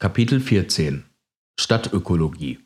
Kapitel 14 Stadtökologie.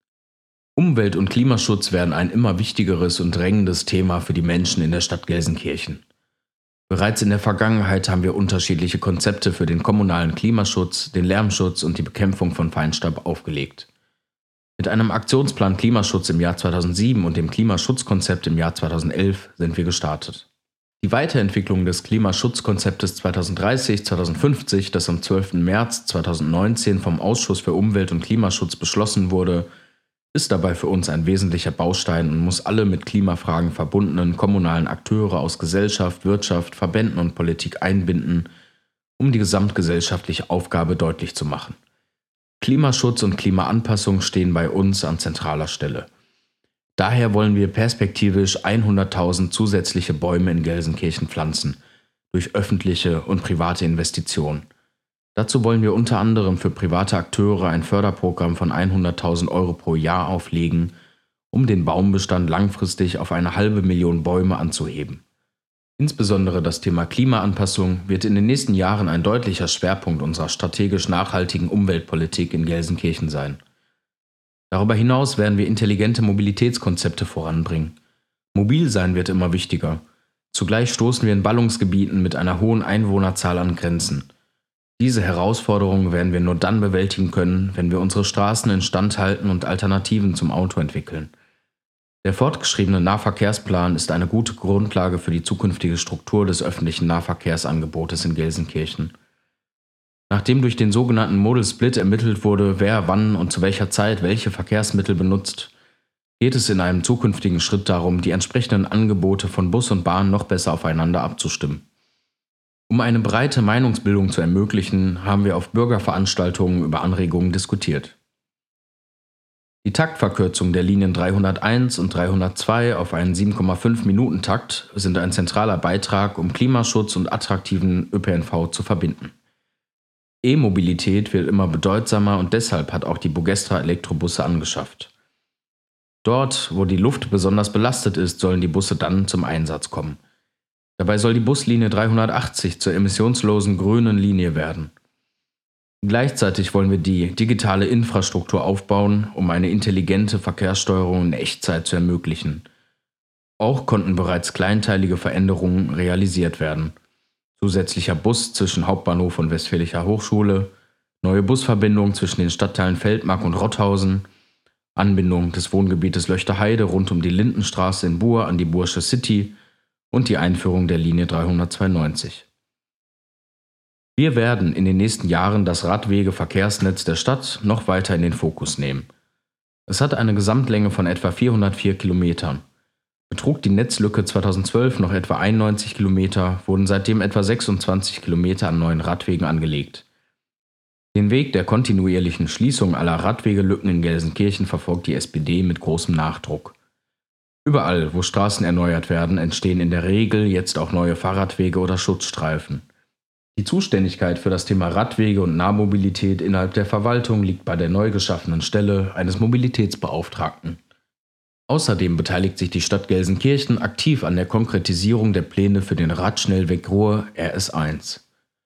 Umwelt- und Klimaschutz werden ein immer wichtigeres und drängendes Thema für die Menschen in der Stadt Gelsenkirchen. Bereits in der Vergangenheit haben wir unterschiedliche Konzepte für den kommunalen Klimaschutz, den Lärmschutz und die Bekämpfung von Feinstaub aufgelegt. Mit einem Aktionsplan Klimaschutz im Jahr 2007 und dem Klimaschutzkonzept im Jahr 2011 sind wir gestartet. Die Weiterentwicklung des Klimaschutzkonzeptes 2030-2050, das am 12. März 2019 vom Ausschuss für Umwelt- und Klimaschutz beschlossen wurde, ist dabei für uns ein wesentlicher Baustein und muss alle mit Klimafragen verbundenen kommunalen Akteure aus Gesellschaft, Wirtschaft, Verbänden und Politik einbinden, um die gesamtgesellschaftliche Aufgabe deutlich zu machen. Klimaschutz und Klimaanpassung stehen bei uns an zentraler Stelle. Daher wollen wir perspektivisch 100.000 zusätzliche Bäume in Gelsenkirchen pflanzen, durch öffentliche und private Investitionen. Dazu wollen wir unter anderem für private Akteure ein Förderprogramm von 100.000 Euro pro Jahr auflegen, um den Baumbestand langfristig auf 500.000 Bäume anzuheben. Insbesondere das Thema Klimaanpassung wird in den nächsten Jahren ein deutlicher Schwerpunkt unserer strategisch nachhaltigen Umweltpolitik in Gelsenkirchen sein. Darüber hinaus werden wir intelligente Mobilitätskonzepte voranbringen. Mobil sein wird immer wichtiger. Zugleich stoßen wir in Ballungsgebieten mit einer hohen Einwohnerzahl an Grenzen. Diese Herausforderungen werden wir nur dann bewältigen können, wenn wir unsere Straßen instand halten und Alternativen zum Auto entwickeln. Der fortgeschriebene Nahverkehrsplan ist eine gute Grundlage für die zukünftige Struktur des öffentlichen Nahverkehrsangebotes in Gelsenkirchen. Nachdem durch den sogenannten Modal Split ermittelt wurde, wer wann und zu welcher Zeit welche Verkehrsmittel benutzt, geht es in einem zukünftigen Schritt darum, die entsprechenden Angebote von Bus und Bahn noch besser aufeinander abzustimmen. Um eine breite Meinungsbildung zu ermöglichen, haben wir auf Bürgerveranstaltungen über Anregungen diskutiert. Die Taktverkürzung der Linien 301 und 302 auf einen 7,5-Minuten-Takt sind ein zentraler Beitrag, um Klimaschutz und attraktiven ÖPNV zu verbinden. E-Mobilität wird immer bedeutsamer und deshalb hat auch die Bugestra Elektrobusse angeschafft. Dort, wo die Luft besonders belastet ist, sollen die Busse dann zum Einsatz kommen. Dabei soll die Buslinie 380 zur emissionslosen grünen Linie werden. Gleichzeitig wollen wir die digitale Infrastruktur aufbauen, um eine intelligente Verkehrssteuerung in Echtzeit zu ermöglichen. Auch konnten bereits kleinteilige Veränderungen realisiert werden. Zusätzlicher Bus zwischen Hauptbahnhof und Westfälischer Hochschule, neue Busverbindungen zwischen den Stadtteilen Feldmark und Rotthausen, Anbindung des Wohngebietes Löchterheide rund um die Lindenstraße in Buhr an die Bursche City und die Einführung der Linie 392. Wir werden in den nächsten Jahren das Radwegeverkehrsnetz der Stadt noch weiter in den Fokus nehmen. Es hat eine Gesamtlänge von etwa 404 Kilometern. Betrug die Netzlücke 2012 noch etwa 91 Kilometer, wurden seitdem etwa 26 Kilometer an neuen Radwegen angelegt. Den Weg der kontinuierlichen Schließung aller Radwegelücken in Gelsenkirchen verfolgt die SPD mit großem Nachdruck. Überall, wo Straßen erneuert werden, entstehen in der Regel jetzt auch neue Fahrradwege oder Schutzstreifen. Die Zuständigkeit für das Thema Radwege und Nahmobilität innerhalb der Verwaltung liegt bei der neu geschaffenen Stelle eines Mobilitätsbeauftragten. Außerdem beteiligt sich die Stadt Gelsenkirchen aktiv an der Konkretisierung der Pläne für den Radschnellweg Ruhr RS1.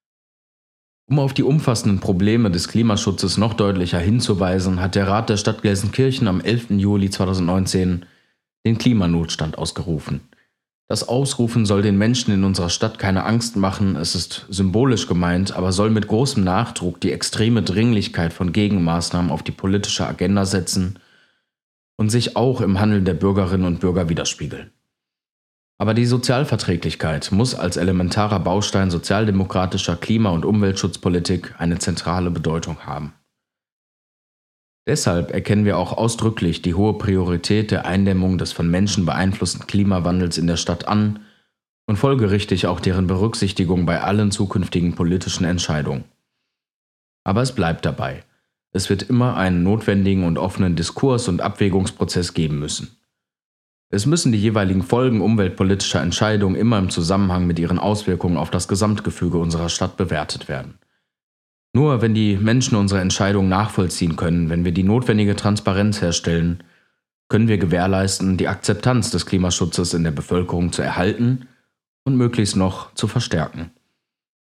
Um auf die umfassenden Probleme des Klimaschutzes noch deutlicher hinzuweisen, hat der Rat der Stadt Gelsenkirchen am 11. Juli 2019 den Klimanotstand ausgerufen. Das Ausrufen soll den Menschen in unserer Stadt keine Angst machen, es ist symbolisch gemeint, aber soll mit großem Nachdruck die extreme Dringlichkeit von Gegenmaßnahmen auf die politische Agenda setzen und sich auch im Handeln der Bürgerinnen und Bürger widerspiegeln. Aber die Sozialverträglichkeit muss als elementarer Baustein sozialdemokratischer Klima- und Umweltschutzpolitik eine zentrale Bedeutung haben. Deshalb erkennen wir auch ausdrücklich die hohe Priorität der Eindämmung des von Menschen beeinflussten Klimawandels in der Stadt an und folgerichtig auch deren Berücksichtigung bei allen zukünftigen politischen Entscheidungen. Aber es bleibt dabei. Es wird immer einen notwendigen und offenen Diskurs- und Abwägungsprozess geben müssen. Es müssen die jeweiligen Folgen umweltpolitischer Entscheidungen immer im Zusammenhang mit ihren Auswirkungen auf das Gesamtgefüge unserer Stadt bewertet werden. Nur wenn die Menschen unsere Entscheidungen nachvollziehen können, wenn wir die notwendige Transparenz herstellen, können wir gewährleisten, die Akzeptanz des Klimaschutzes in der Bevölkerung zu erhalten und möglichst noch zu verstärken.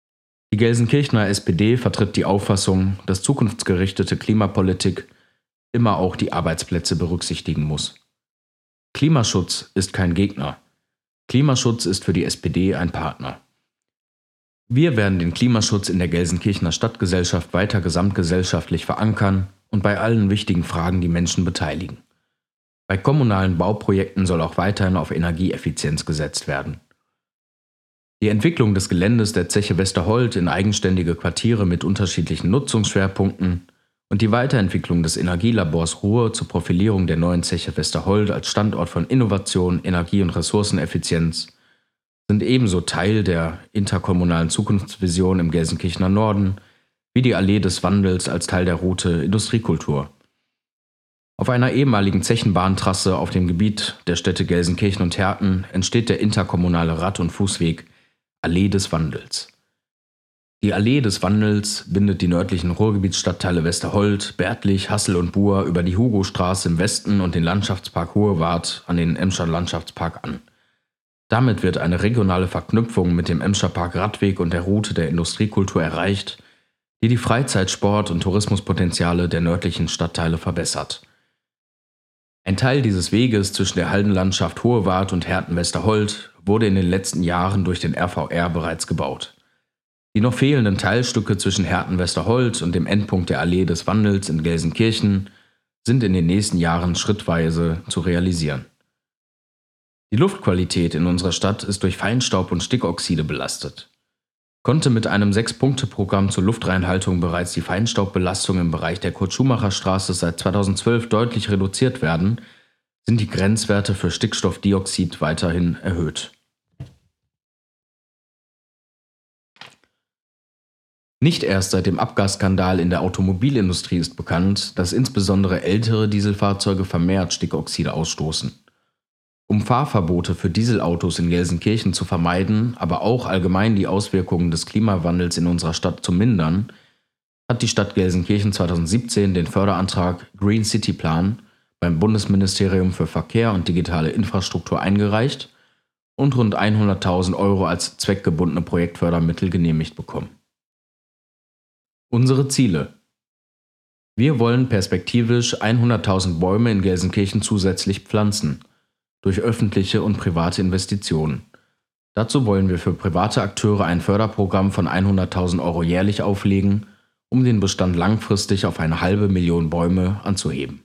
Die Gelsenkirchener SPD vertritt die Auffassung, dass zukunftsgerichtete Klimapolitik immer auch die Arbeitsplätze berücksichtigen muss. Klimaschutz ist kein Gegner. Klimaschutz ist für die SPD ein Partner. Wir werden den Klimaschutz in der Gelsenkirchener Stadtgesellschaft weiter gesamtgesellschaftlich verankern und bei allen wichtigen Fragen die Menschen beteiligen. Bei kommunalen Bauprojekten soll auch weiterhin auf Energieeffizienz gesetzt werden. Die Entwicklung des Geländes der Zeche Westerhold in eigenständige Quartiere mit unterschiedlichen Nutzungsschwerpunkten und die Weiterentwicklung des Energielabors Ruhr zur Profilierung der neuen Zeche Westerhold als Standort von Innovation, Energie- und Ressourceneffizienz sind ebenso Teil der interkommunalen Zukunftsvision im Gelsenkirchener Norden wie die Allee des Wandels als Teil der Route Industriekultur. Auf einer ehemaligen Zechenbahntrasse auf dem Gebiet der Städte Gelsenkirchen und Herten entsteht der interkommunale Rad- und Fußweg Allee des Wandels. Die Allee des Wandels bindet die nördlichen Ruhrgebietsstadtteile Westerhold, Bärtlich, Hassel und Buhr über die Hugostraße im Westen und den Landschaftspark Hohe Wart an den Emscher Landschaftspark an. Damit wird eine regionale Verknüpfung mit dem Emscher Park Radweg und der Route der Industriekultur erreicht, die die Freizeit-, Sport- und Tourismuspotenziale der nördlichen Stadtteile verbessert. Ein Teil dieses Weges zwischen der Haldenlandschaft Hohe Wart und Herten-Westerhold wurde in den letzten Jahren durch den RVR bereits gebaut. Die noch fehlenden Teilstücke zwischen Herten-Westerhold und dem Endpunkt der Allee des Wandels in Gelsenkirchen sind in den nächsten Jahren schrittweise zu realisieren. Die Luftqualität in unserer Stadt ist durch Feinstaub und Stickoxide belastet. Konnte mit einem 6-Punkte-Programm zur Luftreinhaltung bereits die Feinstaubbelastung im Bereich der Kurt-Schumacher-Straße seit 2012 deutlich reduziert werden, sind die Grenzwerte für Stickstoffdioxid weiterhin erhöht. Nicht erst seit dem Abgasskandal in der Automobilindustrie ist bekannt, dass insbesondere ältere Dieselfahrzeuge vermehrt Stickoxide ausstoßen. Um Fahrverbote für Dieselautos in Gelsenkirchen zu vermeiden, aber auch allgemein die Auswirkungen des Klimawandels in unserer Stadt zu mindern, hat die Stadt Gelsenkirchen 2017 den Förderantrag Green City Plan beim Bundesministerium für Verkehr und digitale Infrastruktur eingereicht und rund 100.000 € als zweckgebundene Projektfördermittel genehmigt bekommen. Unsere Ziele: Wir wollen perspektivisch 100.000 Bäume in Gelsenkirchen zusätzlich pflanzen, durch öffentliche und private Investitionen. Dazu wollen wir für private Akteure ein Förderprogramm von 100.000 € jährlich auflegen, um den Bestand langfristig auf 500.000 Bäume anzuheben.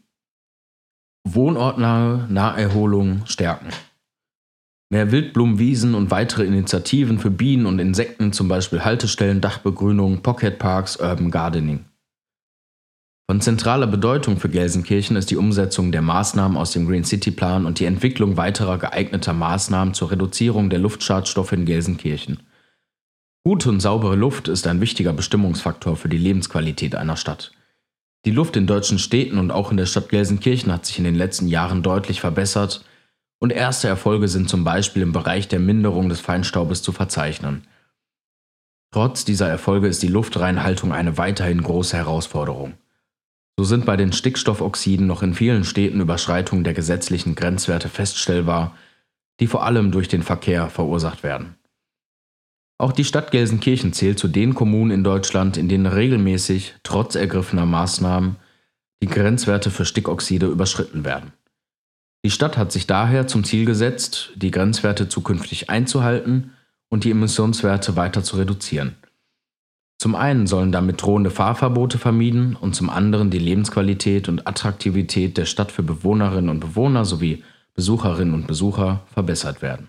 Wohnortnahe Naherholung stärken. Mehr Wildblumenwiesen und weitere Initiativen für Bienen und Insekten, zum Beispiel Haltestellen, Dachbegrünung, Pocketparks, Urban Gardening. Von zentraler Bedeutung für Gelsenkirchen ist die Umsetzung der Maßnahmen aus dem Green City Plan und die Entwicklung weiterer geeigneter Maßnahmen zur Reduzierung der Luftschadstoffe in Gelsenkirchen. Gute und saubere Luft ist ein wichtiger Bestimmungsfaktor für die Lebensqualität einer Stadt. Die Luft in deutschen Städten und auch in der Stadt Gelsenkirchen hat sich in den letzten Jahren deutlich verbessert und erste Erfolge sind zum Beispiel im Bereich der Minderung des Feinstaubes zu verzeichnen. Trotz dieser Erfolge ist die Luftreinhaltung eine weiterhin große Herausforderung. So sind bei den Stickstoffoxiden noch in vielen Städten Überschreitungen der gesetzlichen Grenzwerte feststellbar, die vor allem durch den Verkehr verursacht werden. Auch die Stadt Gelsenkirchen zählt zu den Kommunen in Deutschland, in denen regelmäßig, trotz ergriffener Maßnahmen, die Grenzwerte für Stickoxide überschritten werden. Die Stadt hat sich daher zum Ziel gesetzt, die Grenzwerte zukünftig einzuhalten und die Emissionswerte weiter zu reduzieren. Zum einen sollen damit drohende Fahrverbote vermieden und zum anderen die Lebensqualität und Attraktivität der Stadt für Bewohnerinnen und Bewohner sowie Besucherinnen und Besucher verbessert werden.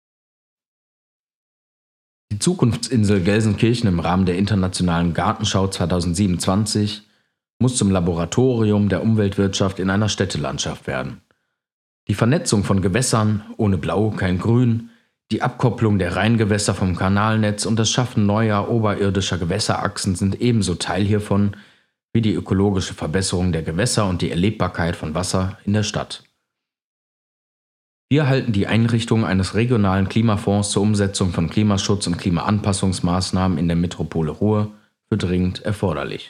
Die Zukunftsinsel Gelsenkirchen im Rahmen der Internationalen Gartenschau 2027 muss zum Laboratorium der Umweltwirtschaft in einer Städtelandschaft werden. Die Vernetzung von Gewässern, ohne Blau kein Grün, die Abkopplung der Rheingewässer vom Kanalnetz und das Schaffen neuer oberirdischer Gewässerachsen sind ebenso Teil hiervon wie die ökologische Verbesserung der Gewässer und die Erlebbarkeit von Wasser in der Stadt. Wir halten die Einrichtung eines regionalen Klimafonds zur Umsetzung von Klimaschutz- und Klimaanpassungsmaßnahmen in der Metropole Ruhr für dringend erforderlich.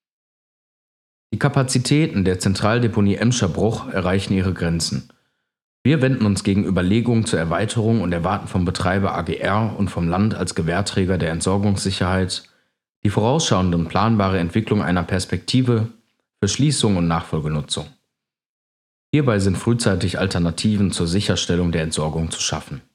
Die Kapazitäten der Zentraldeponie Emscher Bruch erreichen ihre Grenzen. Wir wenden uns gegen Überlegungen zur Erweiterung und erwarten vom Betreiber AGR und vom Land als Gewährträger der Entsorgungssicherheit die vorausschauende und planbare Entwicklung einer Perspektive für Schließung und Nachfolgenutzung. Hierbei sind frühzeitig Alternativen zur Sicherstellung der Entsorgung zu schaffen.